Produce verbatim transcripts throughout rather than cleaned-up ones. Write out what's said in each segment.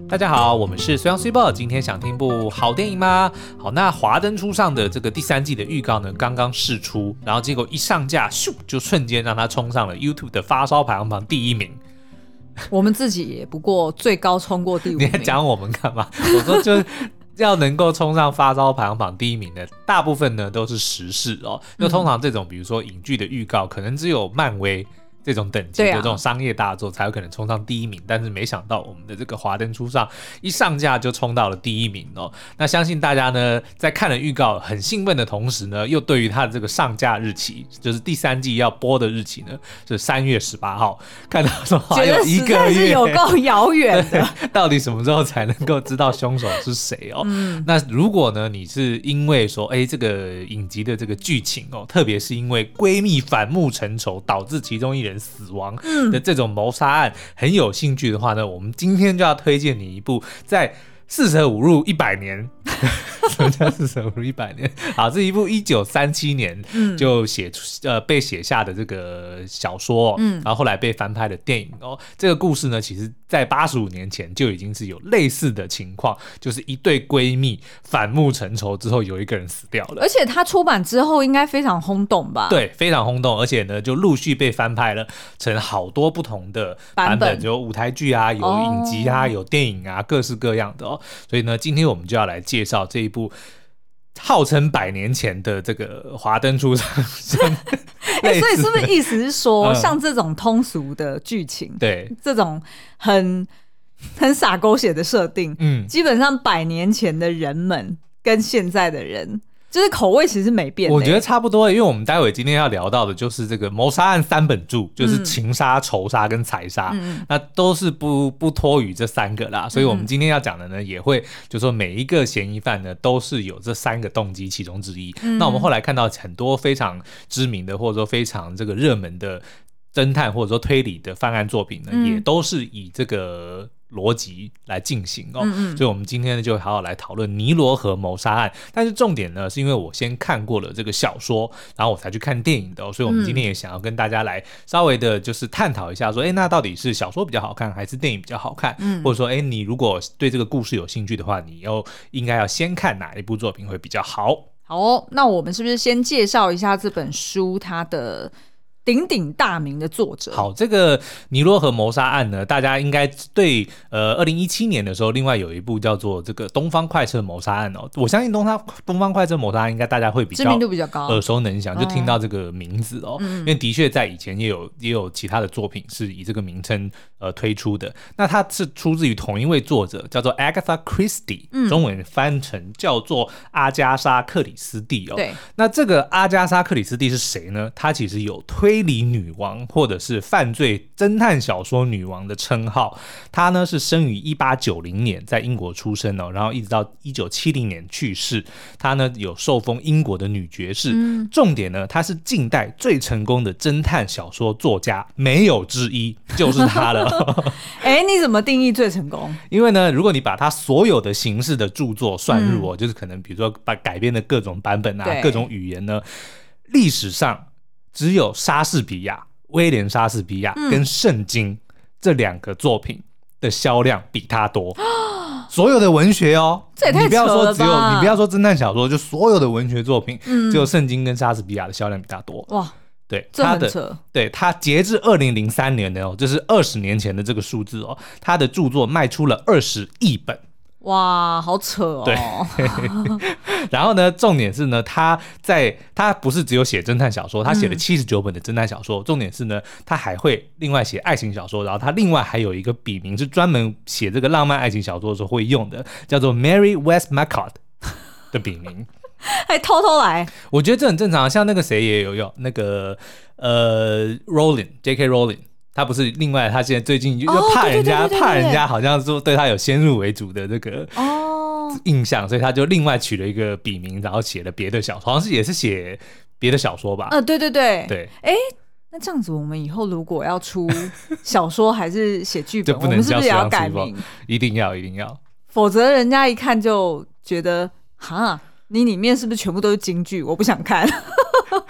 大家好，我们是虽阳虽报，今天想听部好电影吗？好，那华灯初上的这个第三季的预告呢，刚刚释出，然后结果一上架，咻，就瞬间让它冲上了 YouTube 的发烧排行榜第一名。 我们自己也不过最高冲过第五名。 你在讲我们干嘛？我说就要能够冲上发烧排行榜第一名的，大部分呢都是时事哦。就通常这种，比如说影剧的预告，可能只有漫威这种等级的这种商业大作才有可能冲上第一名，但是没想到我们的这个华灯初上一上架就冲到了第一名哦。那相信大家呢在看了预告很兴奋的同时呢，又对于它的这个上架日期，就是第三季要播的日期呢是三月十八号，看到说还有一个月，觉得实在是有够遥远的， 到底什么时候才能够知道凶手是谁哦？嗯、那如果呢你是因为说哎这个影集的这个剧情哦，特别是因为闺蜜反目成仇导致其中一人死亡的这种谋杀案很有兴趣的话呢，我们今天就要推荐你一部在四舍五入一百年什么叫四舍五入一百年？好，这一部一九三七年就写、嗯、呃被写下的这个小说、哦嗯、然后后来被翻拍的电影哦。这个故事呢，其实在八十五年前就已经是有类似的情况，就是一对闺蜜反目成仇之后，有一个人死掉了。 而且它出版之后应该非常轰动吧？ 对，非常轰动，而且呢，就陆续被翻拍了成好多不同的版本，版本有舞台剧啊，有影集啊，哦、有电影啊，各式各样的哦。所以呢，今天我们就要来介绍这一部号称百年前的这个华灯初上。 欸、所以是不是意思是说，嗯、像这种通俗的剧情， 对这种很很洒狗血的设定，嗯，基本上百年前的人们跟现在的人。就是口味其实没变、欸， 我觉得差不多，因为我们待会今天要聊到的就是这个谋杀案三本柱，就是情杀、仇杀跟财杀，嗯、那都是不不脱于这三个啦。所以我们今天要讲的呢，也会就是说每一个嫌疑犯呢都是有这三个动机其中之一。嗯、那我们后来看到很多非常知名的或者说非常这个热门的侦探或者说推理的犯案作品呢，嗯、也都是以这个逻辑来进行哦，嗯嗯，所以我们今天呢就好好来讨论尼罗河谋杀案。但是重点呢，是因为我先看过了这个小说，然后我才去看电影的、哦，所以我们今天也想要跟大家来稍微的，就是探讨一下说，哎，那到底是小说比较好看，还是电影比较好看？嗯，或者说，哎，你如果对这个故事有兴趣的话，你又应该要先看哪一部作品会比较好？ 好哦，那我们是不是先介绍一下这本书它的鼎鼎大名的作者？好， 这个尼罗河谋杀案呢，大家应该对呃二零一七年的时候，另外有一部叫做这个东方快车谋杀案哦。我相信东方东方快车谋杀案应该大家会比较知名度比较高， 耳熟能详，就听到这个名字哦。嗯、因为的确在以前也有也有其他的作品是以这个名称呃推出的。那它是出自于同一位作者，叫做 Agatha Christie，、嗯、中文翻成叫做阿加莎克里斯蒂哦。 对， 那这个阿加莎克里斯蒂是谁呢？她其实有推推理女王或者是犯罪侦探小说女王的称号。她呢是生于一八九零年，在英国出生哦，然后一直到一九七零年去世。她呢有受封英国的女爵士，嗯、重点呢她是近代最成功的侦探小说作家，没有之一，就是她了。 哎、欸，你怎么定义最成功？ 因为呢，如果你把她所有的形式的著作算入哦，嗯、就是可能比如说把改编的各种版本啊，各种语言呢，历史上只有莎士比亚、威廉莎士比亚跟圣经、嗯、这两个作品的销量比他多。所有的文学哦， 这也太扯了吧！ 你不要说只有，你不要说侦探小说，就所有的文学作品，嗯、只有圣经跟莎士比亚的销量比他多。哇，对， 这很扯。 对，他截至二零零三年的哦，就是二十年前的这个数字哦，他的著作卖出了二十亿本。 哇，好扯哦！ 对，然后呢，重点是呢，他在他不是只有写侦探小说，他写了七十九本的侦探小说。嗯、重点是呢，他还会另外写爱情小说，然后他另外还有一个笔名是专门写这个浪漫爱情小说的时候会用的，叫做 Mary Westmacott 的笔名。 还偷偷来， 我觉得这很正常。像那个谁也有用，那个呃 Rowling J K Rowling。他不是另外，他现在最近就怕人家、哦、怕人家好像说对他有先入为主的这个印象，哦、所以他就另外取了一个笔名，然后写了别的小说，好像是也是写别的小说吧。 呃，对对对对。 哎，那这样子，我们以后如果要出小说还是写剧本， 就不能叫我们是不是也要改名？ 一定要，一定要， 否则人家一看就觉得，哈，你里面是不是全部都是金句？我不想看。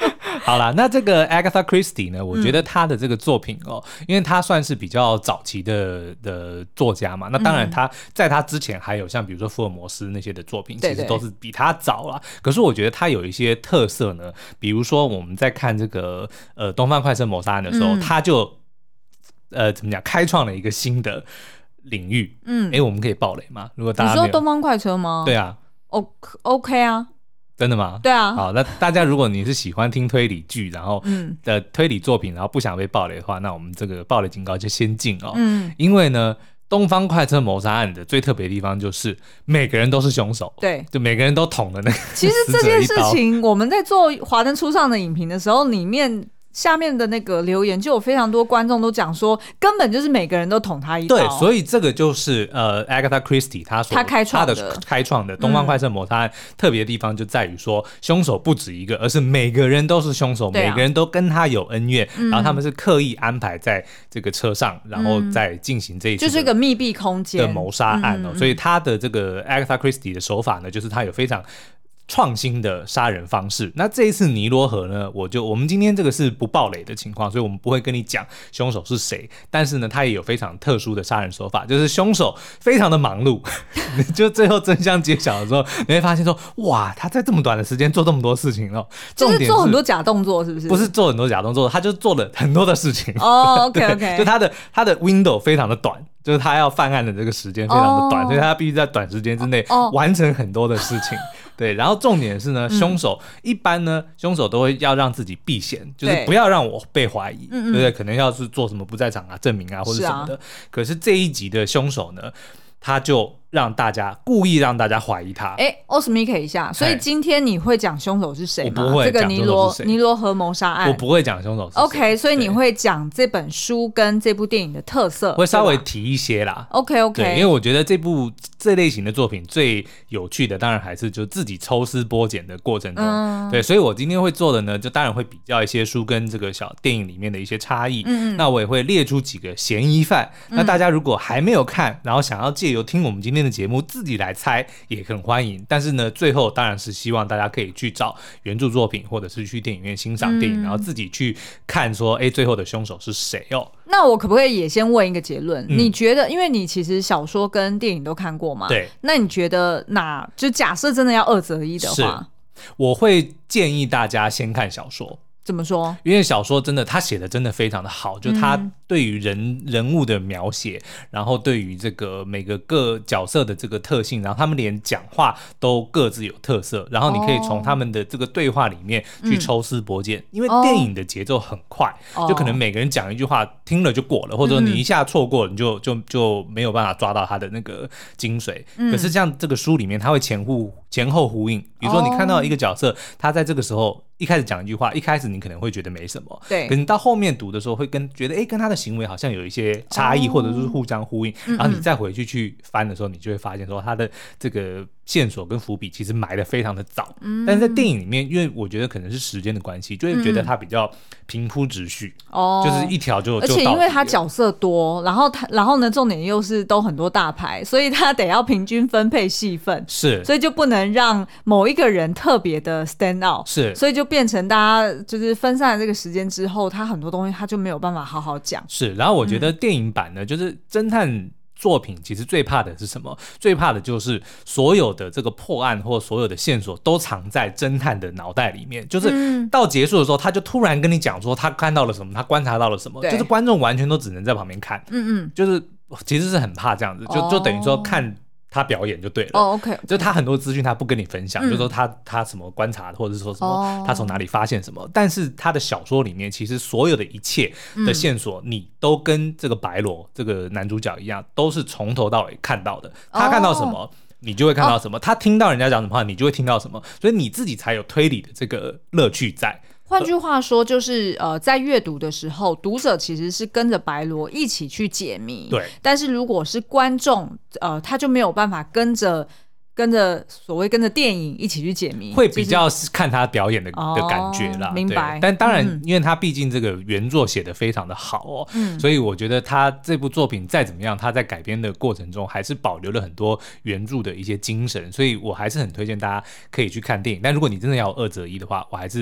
好啦，那这个 Agatha Christie 呢，我觉得她的这个作品哦，嗯、因为她算是比较早期的的作家嘛，那当然她在她之前还有像比如说福尔摩斯那些的作品，其实都是比她早啦。可是我觉得她有一些特色呢，比如说我们在看这个呃《东方快车谋杀案》的时候，嗯、她就呃怎么讲，开创了一个新的领域。嗯，哎，我们可以爆雷吗？如果大家你说东方快车吗？ 对啊 ，O OK 啊。 真的吗？ 对啊。 好，那大家如果你是喜欢听推理剧，然后的推理作品，然后不想被爆雷的话，那我们这个爆雷警告就先进哦。嗯。因为呢，东方快车谋杀案的最特别的地方就是每个人都是凶手， 对， 就每个人都捅了那个。 其实这件事情，我们在做华灯初上的影评的时候，里面。下面的那个留言就有非常多观众都讲说，根本就是每个人都捅他一刀。 对，所以这个就是呃 Agatha Christie 他所他开创的他的开创的东方快车谋杀案、嗯、特别的地方就在于说，凶手不止一个，而是每个人都是凶手，啊、每个人都跟他有恩怨、嗯，然后他们是刻意安排在这个车上，然后再进行这一次就是一个密闭空间的谋杀案哦、嗯。所以他的这个 Agatha Christie 的手法呢，就是他有非常创新的杀人方式。那这一次尼罗河呢，我就我们今天这个是不爆雷的情况，所以我们不会跟你讲凶手是谁，但是呢他也有非常特殊的杀人手法，就是凶手非常的忙碌就最后真相揭晓的时候，你会发现说，哇，他在这么短的时间做这么多事情哦， 就是做很多假动作，是不是？ 不是做很多假动作，他就做了很多的事情哦、oh, OK OK 就他的他的 window 非常的短，就是他要犯案的这个时间非常的短、oh. 所以他必须在短时间之内完成很多的事情、oh. 对，然后重点是呢，凶手、嗯、一般呢，凶手都会要让自己避嫌，就是不要让我被怀疑，对不对？可能要是做什么不在场啊、证明啊或者什么的。是啊、可是这一集的凶手呢，他就让大家故意让大家怀疑他。 哎 ，Osmike 一下，所以今天你会讲凶手是谁吗？ 我不会讲凶手是谁。 这个尼罗尼罗河谋杀案， 我不会讲凶手是谁。 OK， 所以你会讲这本书跟这部电影的特色， 会稍微提一些啦。 OK OK， 对，因为我觉得这部这类型的作品最有趣的，当然还是就自己抽丝剥茧的过程中。嗯、对，所以我今天会做的呢，就当然会比较一些书跟这个小电影里面的一些差异。嗯嗯，那我也会列出几个嫌疑犯。嗯、那大家如果还没有看，然后想要借由听我们今天的节目自己来猜，也很欢迎。但是呢，最后当然是希望大家可以去找原著作品，或者是去电影院欣赏电影、嗯、然后自己去看说，哎，最后的凶手是谁哦。 那我可不可以也先问一个结论、嗯、你觉得，因为你其实小说跟电影都看过嘛， 对， 那你觉得哪就假设真的要二择一的话， 我会建议大家先看小说。 怎么说？ 因为小说真的他写的真的非常的好，就他对于人、嗯、人物的描写，然后对于这个每个各角色的这个特性，然后他们连讲话都各自有特色，然后你可以从他们的这个对话里面去抽丝剥茧、嗯、因为电影的节奏很快、哦、就可能每个人讲一句话听了就过了，或者说你一下错过了，你就就就没有办法抓到他的那个精髓、嗯、可是像这个书里面他会前呼前后呼应，比如说你看到一个角色、哦、他在这个时候一开始讲一句话，一开始你可能会觉得没什么， 对， 可是你到后面读的时候会跟觉得哎，跟他的行为好像有一些差异、哦、或者是互相呼应、嗯、然后你再回去去翻的时候，你就会发现说他的这个线索跟伏笔其实埋得非常的早、嗯、但是在电影里面，因为我觉得可能是时间的关系，就会觉得他比较平铺直叙、嗯、就是一条就而且因为他角色多，然后他然后呢重点又是都很多大牌，所以他得要平均分配戏份， 是， 所以就不能让某一个人特别的 stand out， 是， 所以就变成大家就是分散了这个时间之后，他很多东西他就没有办法好好讲。 是，然后我觉得电影版呢、嗯、就是侦探作品其实最怕的是什么？最怕的就是所有的这个破案或所有的线索都藏在侦探的脑袋里面，就是到结束的时候他就突然跟你讲说他看到了什么，他观察到了什么，就是观众完全都只能在旁边看。嗯嗯，就是其实是很怕这样子，就就等于说看他表演就对了。 哦 ，OK， 就他很多资讯他不跟你分享，嗯、就说他他什么观察，或者是说什么他从哪里发现什么。哦、但是他的小说里面，其实所有的一切的线索，嗯、你都跟这个白罗这个男主角一样，都是从头到尾看到的。他看到什么，哦、你就会看到什么；他听到人家讲什么话，你就会听到什么。所以你自己才有推理的这个乐趣在。 换句话说，就是呃，在阅读的时候，读者其实是跟着白罗一起去解谜。 对。但是如果是观众，呃，他就没有办法跟着跟着所谓跟着电影一起去解谜， 会比较看他表演的、哦、的感觉啦。 明白。 但当然、嗯，因为他毕竟这个原作写得非常的好哦、嗯，所以我觉得他这部作品再怎么样，他在改编的过程中还是保留了很多原著的一些精神，所以我还是很推荐大家可以去看电影。但如果你真的要二择一的话，我还是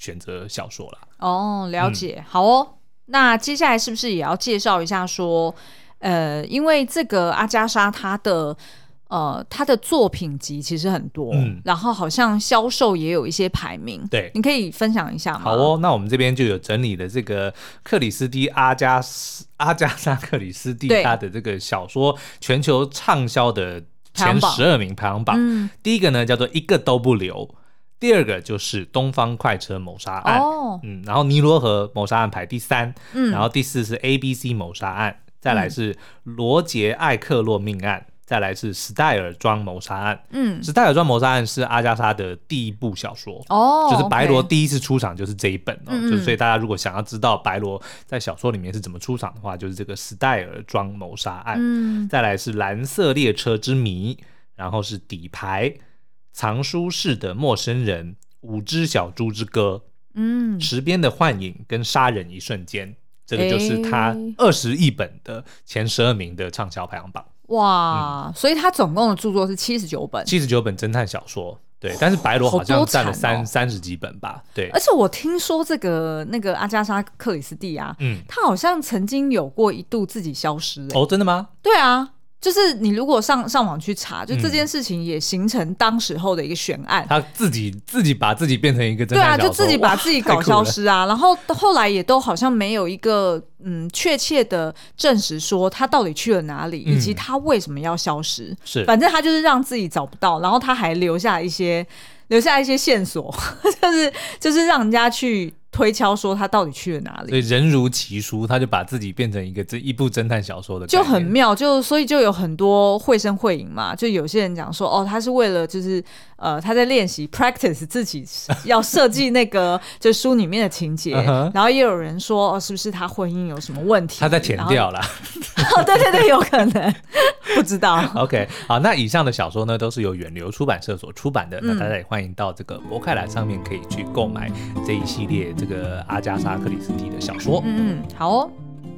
选择小说啦。 哦，了解、嗯、好哦。那接下来是不是也要介绍一下说呃，因为这个阿加莎她的呃，他的作品集其实很多、嗯、然后好像销售也有一些排名， 对， 你可以分享一下吗？ 好哦，那我们这边就有整理了这个克里斯蒂阿加阿加莎克里斯蒂他的这个小说全球畅销的前十二名排行榜、嗯、第一个呢叫做一个都不留，第二个就是东方快车谋杀案、哦嗯、然后尼罗河谋杀案排第三、嗯、然后第四是 A B C 谋杀案，再来是罗杰艾克洛命案，再来是史戴尔庄谋杀案。嗯，史戴尔庄谋杀案是阿加莎的第一部小说哦，就是白罗第一次出场就是这一本哦，嗯、就是所以大家如果想要知道白罗在小说里面是怎么出场的话，就是这个史戴尔庄谋杀案。嗯，再来是蓝色列车之谜，然后是底牌、藏书室的陌生人、五只小猪之歌、嗯，池边的幻影跟杀人一瞬间。这个就是他二十亿本的前十二名的畅销排行榜。 哇、嗯，所以他总共的著作是七十九本， 七十九本侦探小说，对，但是白罗好像占了三三十几本吧，对。 而且我听说这个那个阿加莎克里斯蒂啊，嗯，他好像曾经有过一度自己消失、欸， 哦，真的吗？ 对啊。就是你如果上上网去查，就这件事情也形成当时候的一个悬案。 嗯、他自己自己把自己变成一个侦探小说， 对啊，就自己把自己搞消失啊。然后后来也都好像没有一个嗯确切的证实说他到底去了哪里，嗯、以及他为什么要消失。是，反正他就是让自己找不到，然后他还留下一些留下一些线索，就是就是让人家去推敲说他到底去了哪里。 所以人如其书，他就把自己变成一个这一部侦探小说的概念， 就很妙。就所以就有很多绘声绘影嘛，就有些人讲说哦，他是为了就是呃他在练习 practice 自己要设计那个就书里面的情节然后也有人说哦，是不是他婚姻有什么问题， 他在填掉了哦，对对对，有可能不知道 OK 好，那以上的小说呢都是由远流出版社所出版的、嗯、那大家也欢迎到这个博客来上面可以去购买这一系列这个阿加莎克里斯蒂的小说。 嗯嗯，好哦。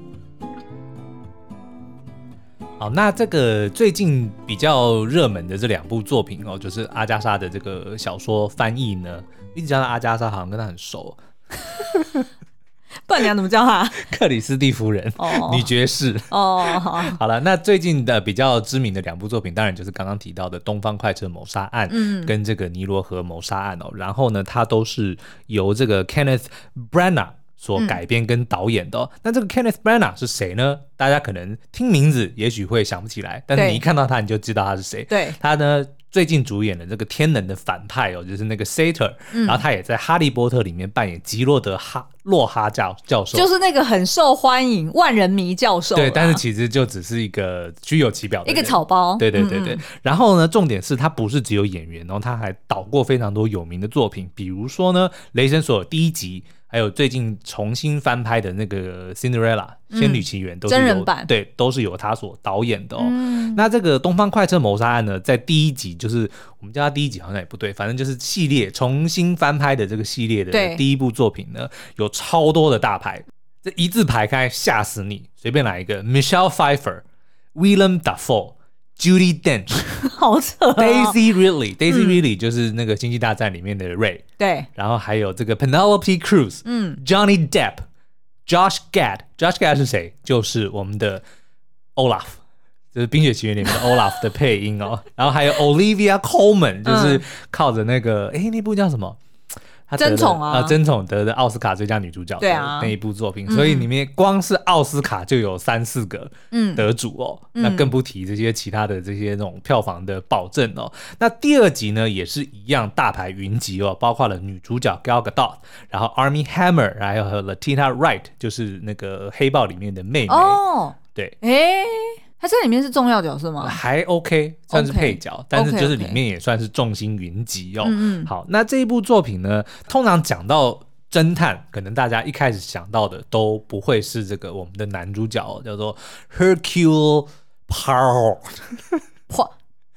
好，那这个最近比较热门的这两部作品哦，就是阿加莎的这个小说翻译呢，一直叫他阿加莎，好像跟他很熟。 不然你要怎么叫他？ 克里斯蒂夫人，哦、女爵士。哦，好，好了，那最近的比较知名的两部作品，当然就是刚刚提到的《东方快车谋杀案》嗯、跟这个《尼罗河谋杀案》哦。然后呢，它都是由这个 Kenneth Branagh 所改编跟导演的、哦嗯、那这个 Kenneth Branagh 是谁呢？大家可能听名字也许会想不起来，但是你一看到他你就知道他是谁。对，他呢最近主演了这个天能的反派哦，就是那个 Sator、嗯、然后他也在哈利波特里面扮演吉洛德哈洛哈教教授， 就是那个很受欢迎万人迷教授。 对，但是其实就只是一个虚有其表的人， 一个草包。 对对对对、嗯嗯、然后呢重点是他不是只有演员，然后他还导过非常多有名的作品，比如说呢雷神索尔第一集，还有最近重新翻拍的那个 Cinderella 仙女奇缘、嗯、都是由真人版，对，都是由他所导演的哦、嗯、那这个东方快车谋杀案呢，在第一集，就是我们叫他第一集好像也不对，反正就是系列重新翻拍的这个系列的第一部作品呢，有超多的大牌，这一字排开吓死你，随便来一个 Michelle Pfeiffer、 Willem Dafoe、 Judi Dench 好扯、哦、 Daisy Ridley Daisy Ridley、嗯、就是那个星际大战里面的 Ray， 对，然后还有这个 Penelope Cruz、嗯、Johnny Depp、 Josh Gad Josh Gad 是谁？就是我们的 Olaf，就是《冰雪奇缘》里面的 Olaf 的配音哦，然后还有 Olivia Colman， 就是靠着那个哎、嗯、那部叫什么？ 争宠啊， 争宠得的奥斯卡最佳女主角的那一部作品、啊、所以里面光是奥斯卡就有三四个得主哦、嗯、那更不提这些其他的这些那种票房的保证哦。那第二集呢也是一样大牌云集哦，包括了女主角 Gal Gadot， 然后 Armie Hammer， 还有 Latina Wright， 就是那个黑豹里面的妹妹哦，对， 诶他这里面是重要角色吗？ 还 OK， 算是配角， okay, 但是就是里面也算是众星云集哦。嗯嗯，好，那这一部作品呢，通常讲到侦探，可能大家一开始想到的都不会是这个我们的男主角、哦、叫做 Hercule Poirot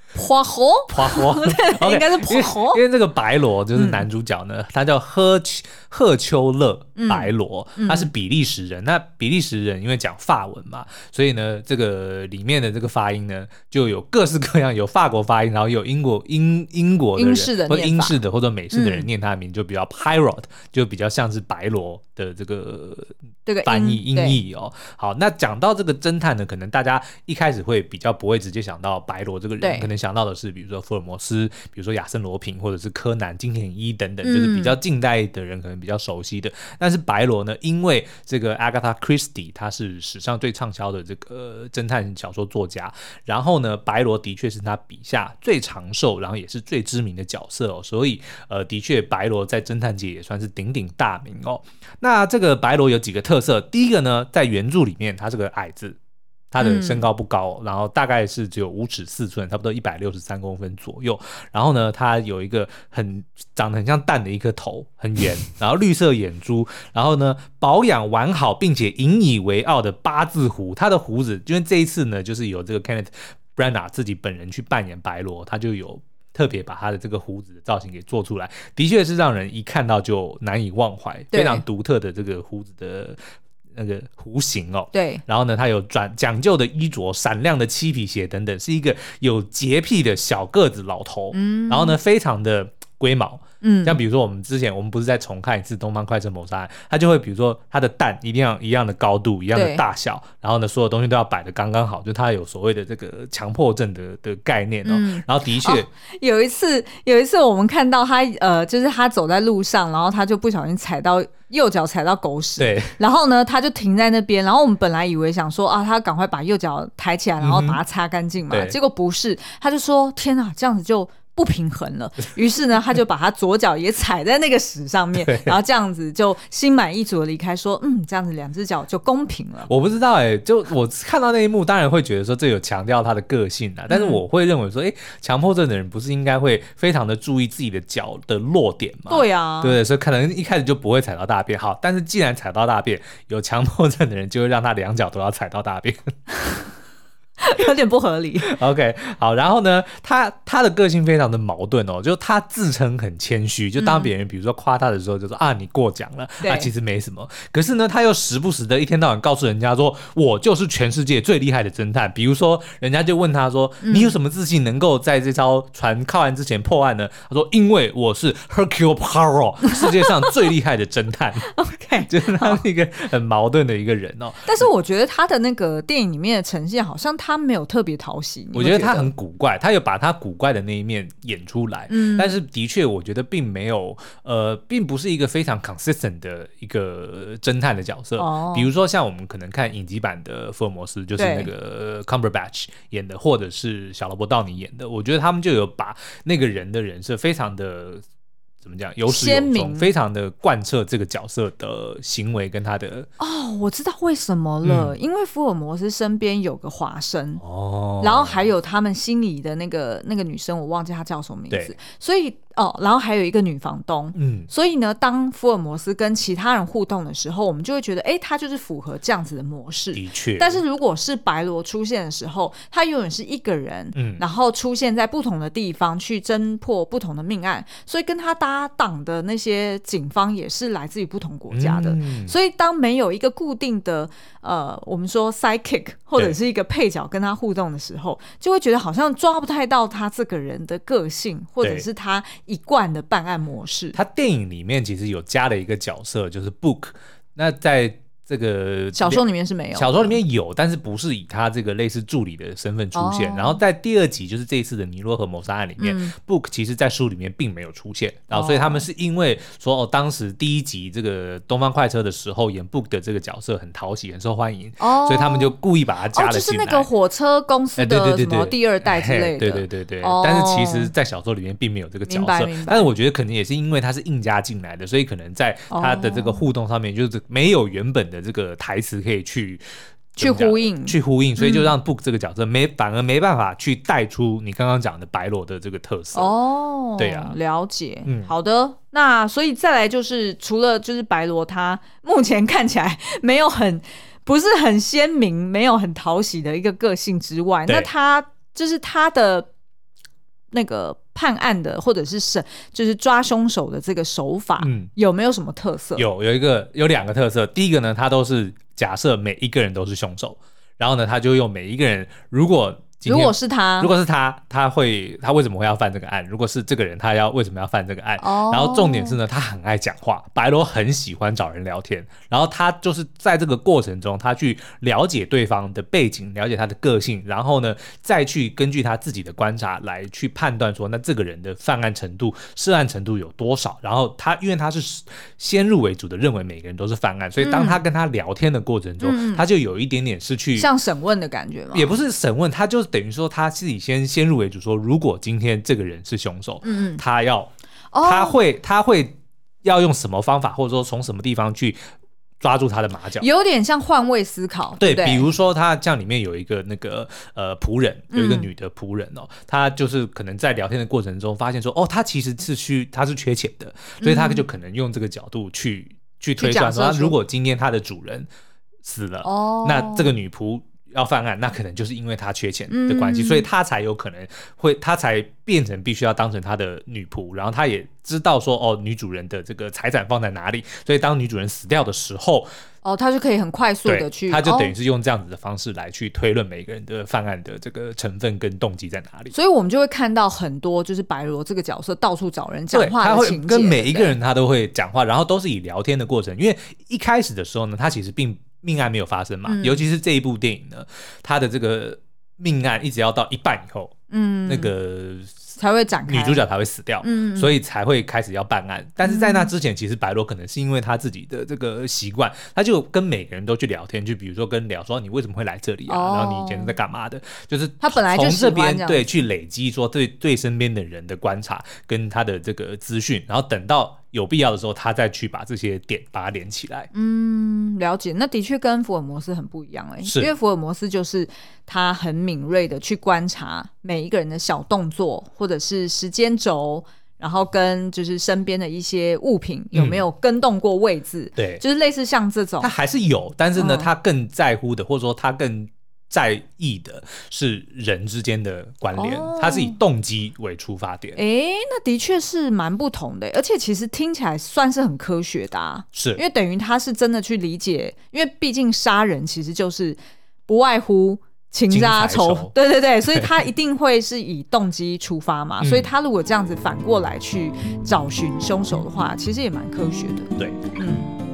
花火花火对应该是花火， 因为这个白罗就是男主角呢、嗯、他叫赫赫丘勒白罗、嗯、他是比利时人、嗯、那比利时人因为讲法文嘛，所以呢这个里面的这个发音呢就有各式各样，有法国发音，然后有英国英英国的人英式的或者英式的或者美式的人念他的名、嗯、就比较 Pirate， 就比较像是白罗的这个翻译音译哦。好，那讲到这个侦探呢，可能大家一开始会比较不会直接想到白罗这个人，可能想到的是比如说福尔摩斯，比如说亚森罗平，或者是柯南、金田一等等、嗯、就是比较近代的人可能比较熟悉的。但是白罗呢，因为这个 Agatha Christie 他是史上最畅销的这个侦探小说作家，然后呢白罗的确是他笔下最长寿然后也是最知名的角色哦，所以呃的确白罗在侦探界也算是鼎鼎大名哦。那这个白罗有几个特色，第一个呢，在原著里面他是个矮子，他的身高不高、嗯、然后大概是只有五尺四寸，差不多一百六十三公分左右。然后呢他有一个很长得很像蛋的一颗头，很圆，然后绿色眼珠，然后呢保养完好并且引以为傲的八字胡。他的胡子因为这一次呢就是有这个 Kenneth Branagh 自己本人去扮演白罗，他就有特别把他的这个胡子的造型给做出来，的确是让人一看到就难以忘怀，非常独特的这个胡子的那个弧形哦。 对， 然后呢他有转讲究的衣着，闪亮的漆皮鞋等等，是一个有洁癖的小个子老头、嗯、然后呢非常的龟毛。嗯，像比如说我们之前我们不是在重看一次《东方快车谋杀案》，他就会比如说他的蛋一定要一样的高度，一样的大小，然后呢所有东西都要摆得刚刚好，就他有所谓的这个强迫症的的概念哦。嗯、然后的确、哦、 有一次有一次我们看到他呃，就是他走在路上，然后他就不小心踩到右脚踩到狗屎， 对， 然后呢他就停在那边，然后我们本来以为想说啊，他赶快把右脚抬起来，然后把它擦干净嘛、嗯，结果不是，他就说天哪，这样子就不平衡了，于是呢他就把他左脚也踩在那个屎上面，然后这样子就心满意足的离开，说嗯，这样子两只脚就公平了。 我不知道哎、欸，就我看到那一幕当然会觉得说这有强调他的个性啦，但是我会认为说哎，强迫症的人不是应该会非常的注意自己的脚的落点吗？ 对啊， 对不对？所以可能一开始就不会踩到大便。好，但是既然踩到大便，有强迫症的人就会让他两脚都要踩到大便有点不合理。 OK， 好，然后呢，他他的个性非常的矛盾哦，就他自称很谦虚，就当别人比如说夸他的时候，就说、嗯、啊你过奖了，啊其实没什么。可是呢，他又时不时的一天到晚告诉人家说，我就是全世界最厉害的侦探。比如说，人家就问他说，嗯、你有什么自信能够在这艘船靠岸之前破案呢？他说，因为我是 Hercule Poirot， 世界上最厉害的侦探。 OK， 就是他是一个很矛盾的一个人哦。 但是我觉得他的那个电影里面的呈现，好像他没有特别讨喜。 我觉得他很古怪，他有把他古怪的那一面演出来，嗯、但是的确我觉得并没有呃，并不是一个非常 consistent 的一个侦探的角色。哦、比如说像我们可能看影集版的福尔摩斯，就是那个 Cumberbatch 演的，或者是小罗伯道尼演的，我觉得他们就有把那个人的人设非常的怎么讲，有始有终，非常的贯彻这个角色的行为跟他的。 哦，我知道为什么了，嗯、因为福尔摩斯身边有个华生，哦，然后还有他们心里的那个那个女生，我忘记她叫什么名字，所以哦，然后还有一个女房东，嗯，所以呢，当福尔摩斯跟其他人互动的时候，我们就会觉得，哎，他就是符合这样子的模式。 的确， 但是如果是白罗出现的时候，他永远是一个人，嗯，然后出现在不同的地方去侦破不同的命案，所以跟他搭档的那些警方也是来自于不同国家的，嗯、所以当没有一个固定的呃，我们说 sidekick 或者是一个配角跟他互动的时候，就会觉得好像抓不太到他这个人的个性，或者是他一贯的办案模式。 他电影里面其实有加了一个角色，就是 Book。那在这个小说里面是没有， 小说里面有，但是不是以他这个类似助理的身份出现。哦、然后在第二集，就是这一次的尼罗河谋杀案里面、嗯、，Book 其实在书里面并没有出现。然后，所以他们是因为说，哦，当时第一集这个东方快车的时候，演 Book 的这个角色很讨喜，很受欢迎，哦、所以他们就故意把他加了进来。 哦，就是那个火车公司的什么第二代之类的。 对对对对。哦、但是其实，在小说里面并没有这个角色。但是我觉得可能也是因为他是硬加进来的，所以可能在他的这个互动上面，就是没有原本的这个台词可以去去呼应去呼应，所以就让 Book 这个角色没、嗯、反而没办法去带出你刚刚讲的白罗的这个特色。 哦， 对啊， 了解。嗯，好的。那所以再来就是除了就是白罗他目前看起来没有很不是很鲜明，没有很讨喜的一个个性之外，那他就是他的那个判案的或者是审就是抓凶手的这个手法、嗯、有没有什么特色？ 有有一个有两个特色。第一个呢，他都是假设每一个人都是凶手，然后呢他就用每一个人，如果如果是他如果是他他会他为什么会要犯这个案，如果是这个人他要为什么要犯这个案、哦、然后重点是呢他很爱讲话，白罗很喜欢找人聊天，然后他就是在这个过程中他去了解对方的背景，了解他的个性，然后呢再去根据他自己的观察来去判断说那这个人的犯案程度涉案程度有多少，然后他因为他是先入为主的认为每个人都是犯案，所以当他跟他聊天的过程中、嗯、他就有一点点是去像审问的感觉吗？ 也不是审问，他就等于说他自己先先入为主说如果今天这个人是凶手、嗯、他要、哦、他会他会要用什么方法，或者说从什么地方去抓住他的马脚， 有点像换位思考。 对, 对, 对，比如说他像里面有一个那个呃仆人，有一个女的仆人哦，她、嗯、就是可能在聊天的过程中发现说哦，她其实是需她是缺钱的，所以她就可能用这个角度去、嗯、去推算说，如果今天她的主人死了、哦、那这个女仆要犯案，那可能就是因为他缺钱的关系、嗯、所以他才有可能会他才变成必须要当成他的女仆，然后他也知道说哦女主人的这个财产放在哪里，所以当女主人死掉的时候哦，他就可以很快速的去， 他就等于是用这样子的方式来去推论每个人的犯案的这个成分跟动机在哪里， 所以我们就会看到很多就是白罗这个角色到处找人讲话的情节， 他会跟每一个人他都会讲话，然后都是以聊天的过程，因为一开始的时候呢他其实并命案没有发生嘛、嗯、尤其是这一部电影呢，他的这个命案一直要到一半以后，嗯，那个才会展开， 女主角才会死掉，嗯，所以才会开始要办案。但是在那之前，其实白罗可能是因为他自己的这个习惯，他就跟每个人都去聊天，就比如说跟聊说你为什么会来这里啊，哦、然后你以前是在干嘛的，就是他本来就从这边对去累积说对对身边的人的观察跟他的这个资讯，然后等到有必要的时候，他再去把这些点把它连起来。 嗯，了解。那的确跟福尔摩斯很不一样哎、欸，因为福尔摩斯就是他很敏锐的去观察每一个人的小动作，或者是时间轴，然后跟就是身边的一些物品有没有跟动过位置。嗯、对，就是类似像这种， 他还是有，但是呢，嗯、他更在乎的，或者说他更在意的是人之间的关联、哦、它是以动机为出发点。 诶，那的确是蛮不同的，而且其实听起来算是很科学的、啊、是因为等于他是真的去理解，因为毕竟杀人其实就是不外乎情杀仇，对对对，所以他一定会是以动机出发嘛、嗯、所以他如果这样子反过来去找寻凶手的话，其实也蛮科学的。 对，嗯。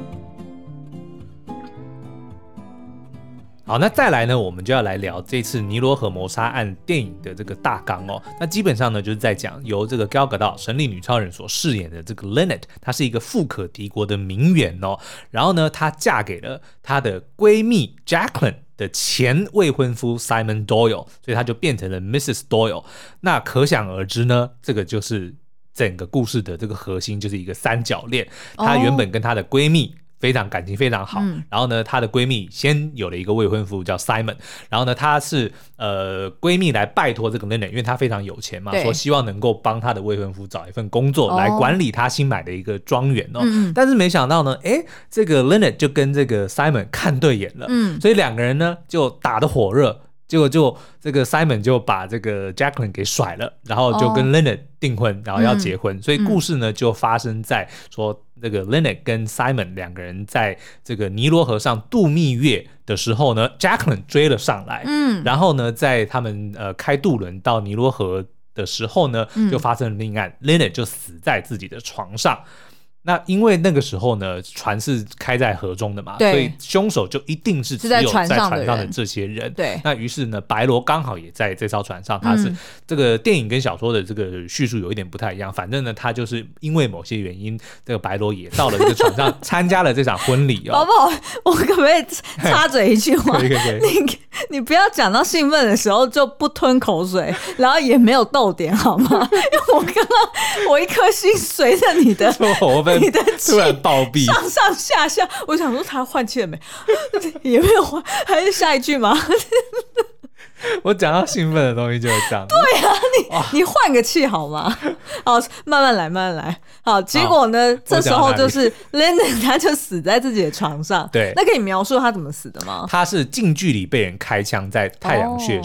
好，那再来呢，我们就要来聊这次尼罗河谋杀案电影的这个大纲哦。那基本上呢，就是在讲由这个Gal Gadot神力女超人所饰演的这个 Lynette， 她是一个富可敌国的名媛哦。然后呢，她嫁给了她的闺蜜 Jacqueline 的前未婚夫 Simon Doyle， 所以她就变成了 Missus Doyle。那可想而知呢，这个就是整个故事的这个核心，就是一个三角恋。她原本跟她的闺蜜非常感情非常好、嗯、然后呢她的闺蜜先有了一个未婚夫叫 Simon， 然后呢她是呃闺蜜来拜托这个 Lynette， 因为她非常有钱嘛，说希望能够帮她的未婚夫找一份工作、哦、来管理她新买的一个庄园哦、嗯。但是没想到呢，诶，这个 Lynette 就跟这个 Simon 看对眼了、嗯、所以两个人呢就打得火热，结果就这个 Simon 就把这个 Jacqueline 给甩了，然后就跟 Lynette 订婚、哦、然后要结婚、嗯、所以故事呢就发生在说这个 Lynette 跟 Simon 两个人在这个尼罗河上度蜜月的时候呢， Jacqueline 追了上来、嗯、然后呢在他们呃开渡轮到尼罗河的时候呢就发生了命案、嗯、Lynette 就死在自己的床上。那因为那个时候呢船是开在河中的嘛，所以凶手就一定是只有在船上的这些人。对，那于是呢白罗刚好也在这艘船上，他是、嗯、这个电影跟小说的这个叙述有一点不太一样，反正呢他就是因为某些原因，这个白罗也到了这个船上参加了这场婚礼哦。 宝宝，我可不可以插嘴一句话？可以可以可以。你你不要讲到兴奋的时候就不吞口水，然后也没有逗点好吗？因为我刚刚我一颗心随着你的你的突然暴毙， 上上下下，我想说他换气了没？也没有换，还是下一句吗？ 我讲到兴奋的东西就是这样。 对啊，你你换个气好吗？好，慢慢来，慢慢来。好，结果呢，这时候就是 Lynette 他就死在自己的床上。对，那可以描述他怎么死的吗？ 他是近距离被人开枪在太阳穴上。哦，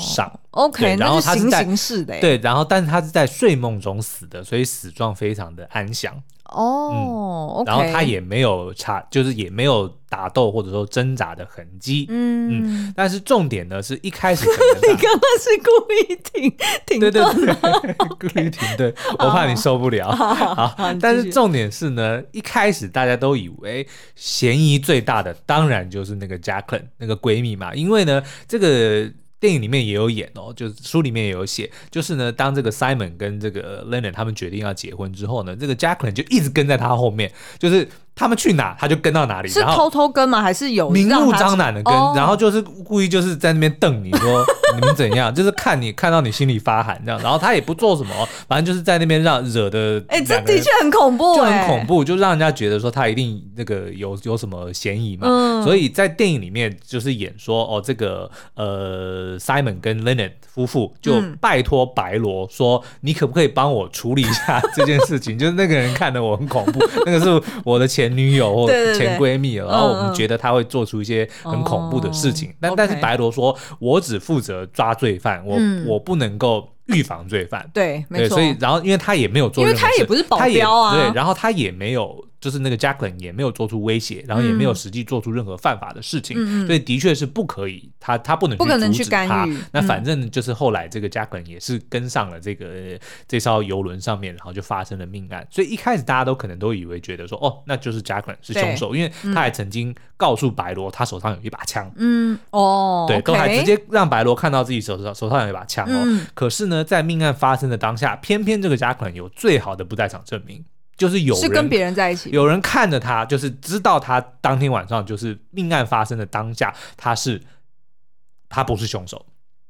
OK， 那就行刑式的。 对，然后但是他是在睡梦中死的，所以死状非常的安详。 哦、 嗯 okay 然后他也没有查，就是也没有打斗或者说挣扎的痕迹。嗯嗯，但是重点呢是一开始可能你刚刚是故意停停对对对，故意停顿，我怕你受不了。好，好好但是重点是呢，一开始大家都以为嫌疑最大的当然就是那个 Jacqueline 那个闺蜜嘛，因为呢这个。电影里面也有演哦，就是书里面也有写，就是呢，当这个 Simon 跟这个 Leonard 他们决定要结婚之后呢，这个 Jacqueline 就一直跟在他后面，就是他们去哪他就跟到哪里， 是偷偷跟吗？还是有明目张胆的跟、 哦？ 然后就是故意就是在那边瞪你说你们怎样，就是看你看到你心里发寒这样，然后他也不做什么，反正就是在那边让惹的， 哎、欸，这的确很恐怖、欸， 就很恐怖，就让人家觉得说他一定那个有有什么嫌疑嘛、嗯，所以在电影里面就是演说哦，这个呃 Simon 跟 Leonard 夫妇就拜托白罗说、嗯，你可不可以帮我处理一下这件事情？就是那个人看得我很恐怖，那个是我的前女友或前闺蜜，然后我们觉得他会做出一些很恐怖的事情。嗯、但、哦、但是白罗说，我只负责抓罪犯，我、嗯、我不能够预防罪犯。 对，没错。 所以然后因为他也没有做任何事， 因为他也不是保镖啊， 对，然后他也没有。就是那个 Jacqueline 也没有做出威胁，然后也没有实际做出任何犯法的事情，嗯、所以的确是不可以，他他不能去阻止他，不可能去干预。那反正就是后来这个 Jacqueline 也是跟上了这个这艘游轮上面，然后就发生了命案。所以一开始大家都可能都以为觉得说，哦，那就是 Jacqueline 是凶手，因为他还曾经告诉白罗他手上有一把枪。嗯，哦，对， okay 都还直接让白罗看到自己手上手上有一把枪哦、嗯。可是呢，在命案发生的当下，偏偏这个 Jacqueline 有最好的不在场证明。就是有人是跟别人在一起， 有人看着他，就是知道他当天晚上就是命案发生的当下，他是他不是凶手，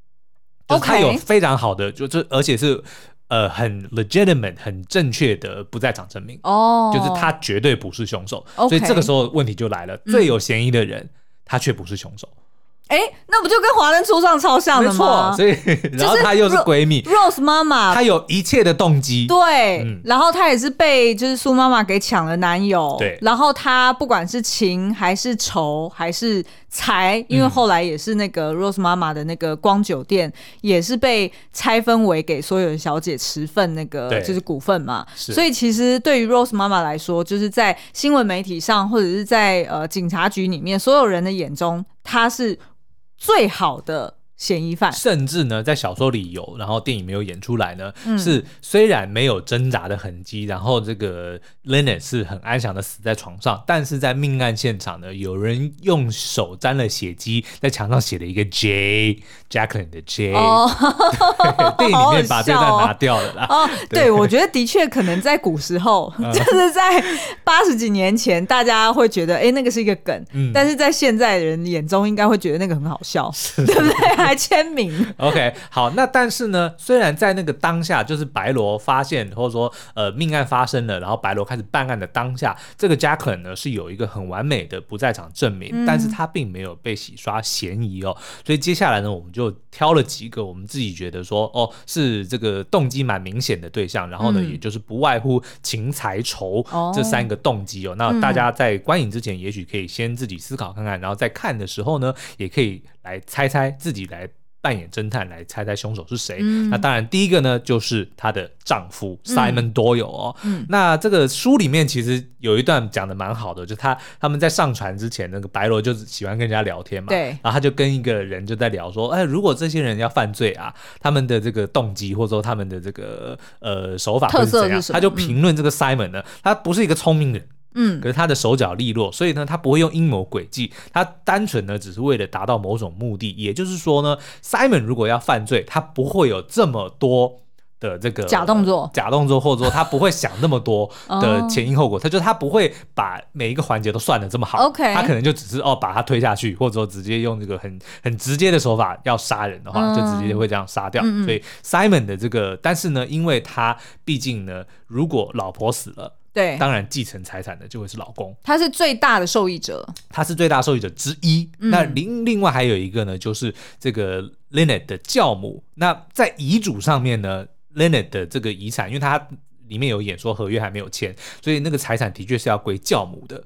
okay 就是他有非常好的，就是而且是呃很 legitimate 很正确的不在场证明哦，就是他绝对不是凶手， okay 所以这个时候问题就来了，嗯、最有嫌疑的人他却不是凶手。 哎，那不就跟华灯初上超像的吗？ 没错，所以然后她又是闺蜜、 就是、Rose 妈妈， 她有一切的动机。 对、嗯，然后她也是被就是苏妈妈给抢了男友。 对， 然后她不管是情还是仇还是财，因为后来也是那个 Rose 妈妈的那个光酒店也是被拆分为给所有的小姐持份那个就是股份嘛。所以其实对于 Rose 妈妈来说，就是在新闻媒体上或者是在呃警察局里面，所有人的眼中，她是最好的嫌疑犯， 甚至呢，在小说里有，然后电影没有演出来呢。嗯、是虽然没有挣扎的痕迹，然后这个 Leonard 是很安详的死在床上，但是在命案现场呢，有人用手沾了血迹，在墙上写了一个 J Jacqueline 的 J。哦，电影里面把这段拿掉了啦。 哦，对，对我觉得的确可能在古时候，嗯、就是在八十几年前，大家会觉得，哎，那个是一个梗，嗯、但是在现在人眼中，应该会觉得那个很好笑，对不对？还签名 OK 好，那但是呢，虽然在那个当下就是白罗发现或者说呃命案发生了，然后白罗开始办案的当下，这个 Jacqueline 呢是有一个很完美的不在场证明、嗯、但是他并没有被洗刷嫌疑哦，所以接下来呢我们就挑了几个我们自己觉得说哦是这个动机蛮明显的对象，然后呢、嗯、也就是不外乎情财仇、哦、这三个动机哦，那大家在观影之前也许可以先自己思考看看，然后在看的时候呢也可以来猜猜，自己来扮演侦探来猜猜凶手是谁、嗯、那当然第一个呢就是她的丈夫 Simon Doyle 哦、嗯、那这个书里面其实有一段讲的蛮好的，就他他们在上船之前，那个白罗就喜欢跟人家聊天嘛， 对， 然后他就跟一个人就在聊说，哎，如果这些人要犯罪啊，他们的这个动机或者说他们的这个呃手法会是怎样，他就评论这个 Simon 呢、嗯、他不是一个聪明人，嗯，可是他的手脚利落，所以呢，他不会用阴谋诡计，他单纯呢只是为了达到某种目的。也就是说呢 ，Simon 如果要犯罪，他不会有这么多的这个假动作， 假动作，或者说他不会想那么多的前因后果，他就他不会把每一个环节都算得这么好。 OK， 他可能就只是哦把他推下去，或者说直接用这个很很直接的手法要杀人的话，嗯、就直接会这样杀掉。嗯、所以 Simon 的这个，但是呢，因为他毕竟呢，如果老婆死了。 对， 当然继承财产的就会是老公， 他是最大的受益者， 他是最大受益者之一。嗯、那另另外还有一个呢，就是这个 Leonard 的教母。那在遗嘱上面呢 ，Leonard 的这个遗产，因为他里面有演说合约还没有签，所以那个财产的确是要归教母的。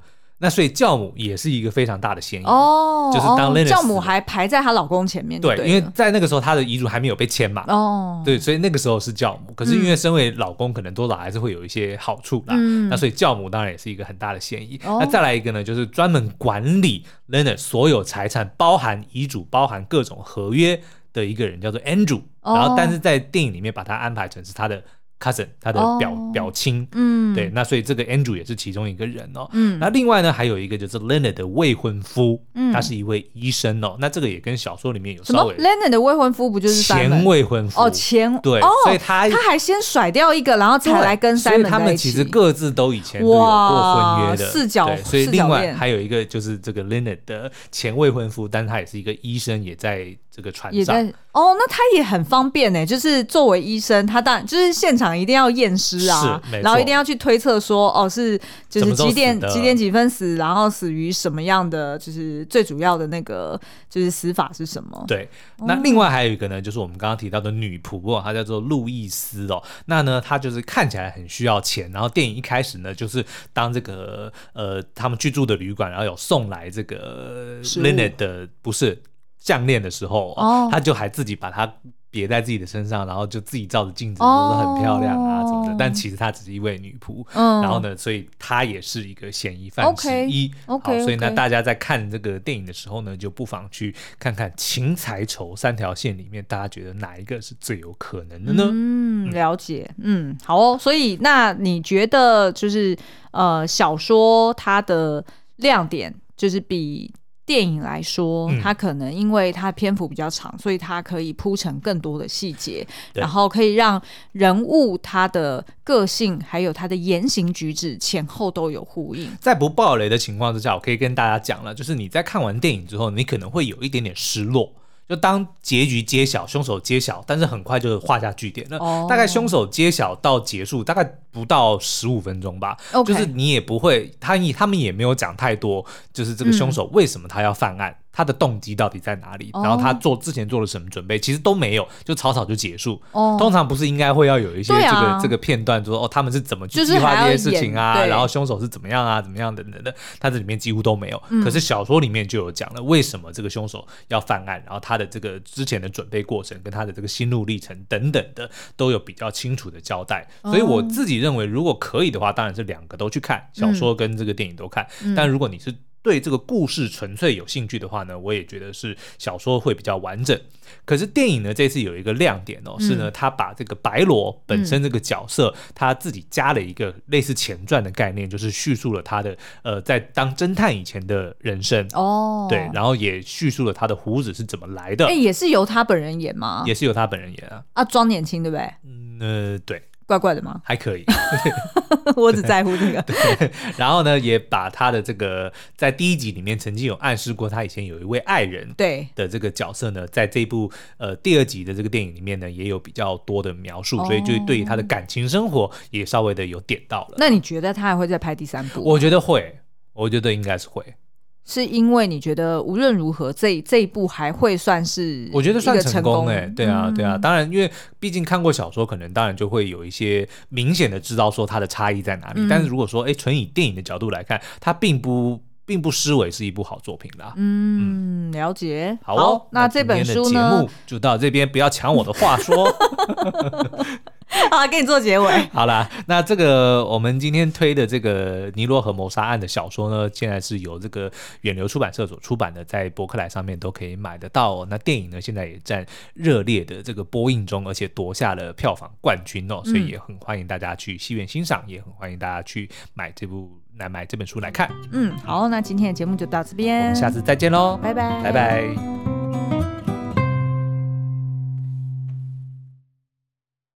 那所以教母也是一个非常大的嫌疑哦， 就是当 Leonard 教母还排在她老公前面， 对，因为在那个时候她的遗嘱还没有被签嘛，哦，对，所以那个时候是教母。可是因为身为老公，可能多少还是会有一些好处啦，嗯、那所以教母当然也是一个很大的嫌疑。哦、那再来一个呢，就是专门管理 Leonard 所有财产，包含遗嘱、包含各种合约的一个人，叫做 Andrew，哦、然后但是在电影里面把他安排成是他的cousin， 他的表、oh, 表亲，嗯，对，那所以这个 Andrew 也是其中一个人哦，嗯，那另外呢还有一个就是 Leonard 的未婚夫，嗯，他是一位医生哦，那这个也跟小说里面有稍微什么 Leonard 的未婚夫不就是前未婚夫哦，前对， 哦， 所以他他还先甩掉一个，然后才来跟 Simon 在一起， 所以他们其实各自都以前都有过婚约的， 四角， 对，所以另外还有一个就是这个 Leonard 的前未婚夫，但是他也是一个医生，也在这个船上哦，那他也很方便呢，就是作为医生，他当然就是现场一定要验尸啊，然后一定要去推测说，哦，是就是几点几点几分死，然后死于什么样的，就是最主要的那个就是死法是什么？ 对，那另外还有一个呢，就是我们刚刚提到的女仆哦，她叫做路易斯哦，那呢她就是看起来很需要钱，然后电影一开始呢，就是当这个呃他们居住的旅馆，然后有送来这个 Leonard 的不是。项链的时候、哦、他就还自己把它别在自己的身上，然后就自己照着镜子说很漂亮啊什么的、哦、但其实她只是一位女仆、嗯、然后呢所以她也是一个嫌疑犯之一、okay, 好 okay, 所以呢 okay. 大家在看这个电影的时候呢就不妨去看看情财仇三条线里面大家觉得哪一个是最有可能的呢？ 嗯，了解，嗯，好哦。所以那你觉得就是呃小说它的亮点就是比电影来说、嗯、它可能因为它篇幅比较长，所以它可以铺陈更多的细节，然后可以让人物他的个性还有他的言行举止前后都有呼应。 在不爆雷的情况之下，我可以跟大家讲了，就是你在看完电影之后，你可能会有一点点失落，就当结局揭晓，凶手揭晓，但是很快就画下句点了、哦、大概凶手揭晓到结束大概不到十五分钟吧、okay. 就是你也不会，他他们也没有讲太多，就是这个凶手为什么他要犯案、嗯，他的动机到底在哪里、哦、然后他做之前做了什么准备，其实都没有，就草草就结束、哦、通常不是应该会要有一些这个、啊、这个片段说哦他们是怎么去计划这些事情啊、就是、然后凶手是怎么样啊怎么样等等的，他这里面几乎都没有、嗯、可是小说里面就有讲了为什么这个凶手要犯案，然后他的这个之前的准备过程跟他的这个心路历程等等的都有比较清楚的交代、哦、所以我自己认为如果可以的话当然是两个都去看，小说跟这个电影都看、嗯、但如果你是对这个故事纯粹有兴趣的话呢，我也觉得是小说会比较完整。可是电影呢这次有一个亮点哦、嗯、是呢他把这个白罗本身这个角色、嗯、他自己加了一个类似前传的概念，就是叙述了他的呃在当侦探以前的人生哦，对，然后也叙述了他的胡子是怎么来的。 哎，也是由他本人演吗？ 也是由他本人演啊。 啊，装年轻对不对？ 嗯，呃，对。 怪怪的吗？ 还可以我只在乎这个对，然后呢也把他的这个在第一集里面曾经有暗示过他以前有一位爱人的这个角色呢，在这部呃第二集的这个电影里面呢也有比较多的描述、哦、所以就对于他的感情生活也稍微的有点到了。 那你觉得他还会再拍第三部吗？ 我觉得会，我觉得应该是会。 是因为你觉得无论如何这这一部还会算是我觉得算成功哎、欸，对啊对啊、嗯，当然因为毕竟看过小说，可能当然就会有一些明显的知道说它的差异在哪里、嗯、但是如果说哎纯以电影的角度来看，它并不并不失为是一部好作品啦。 嗯，了解。 好哦， 好，那这本书呢， 今天的节目就到这边，不要抢我的话说。 好，给你做结尾。 好啦，那这个我们今天推的这个尼罗河谋杀案的小说呢，现在是由这个远流出版社所出版的，在博客来上面都可以买得到、哦、那电影呢现在也在热烈的这个播映中，而且夺下了票房冠军哦，所以也很欢迎大家去戏院欣赏、嗯、也很欢迎大家去买这部来买这本书来看。 嗯，好，那今天的节目就到这边， 我们下次再见咯， 拜拜， 拜拜。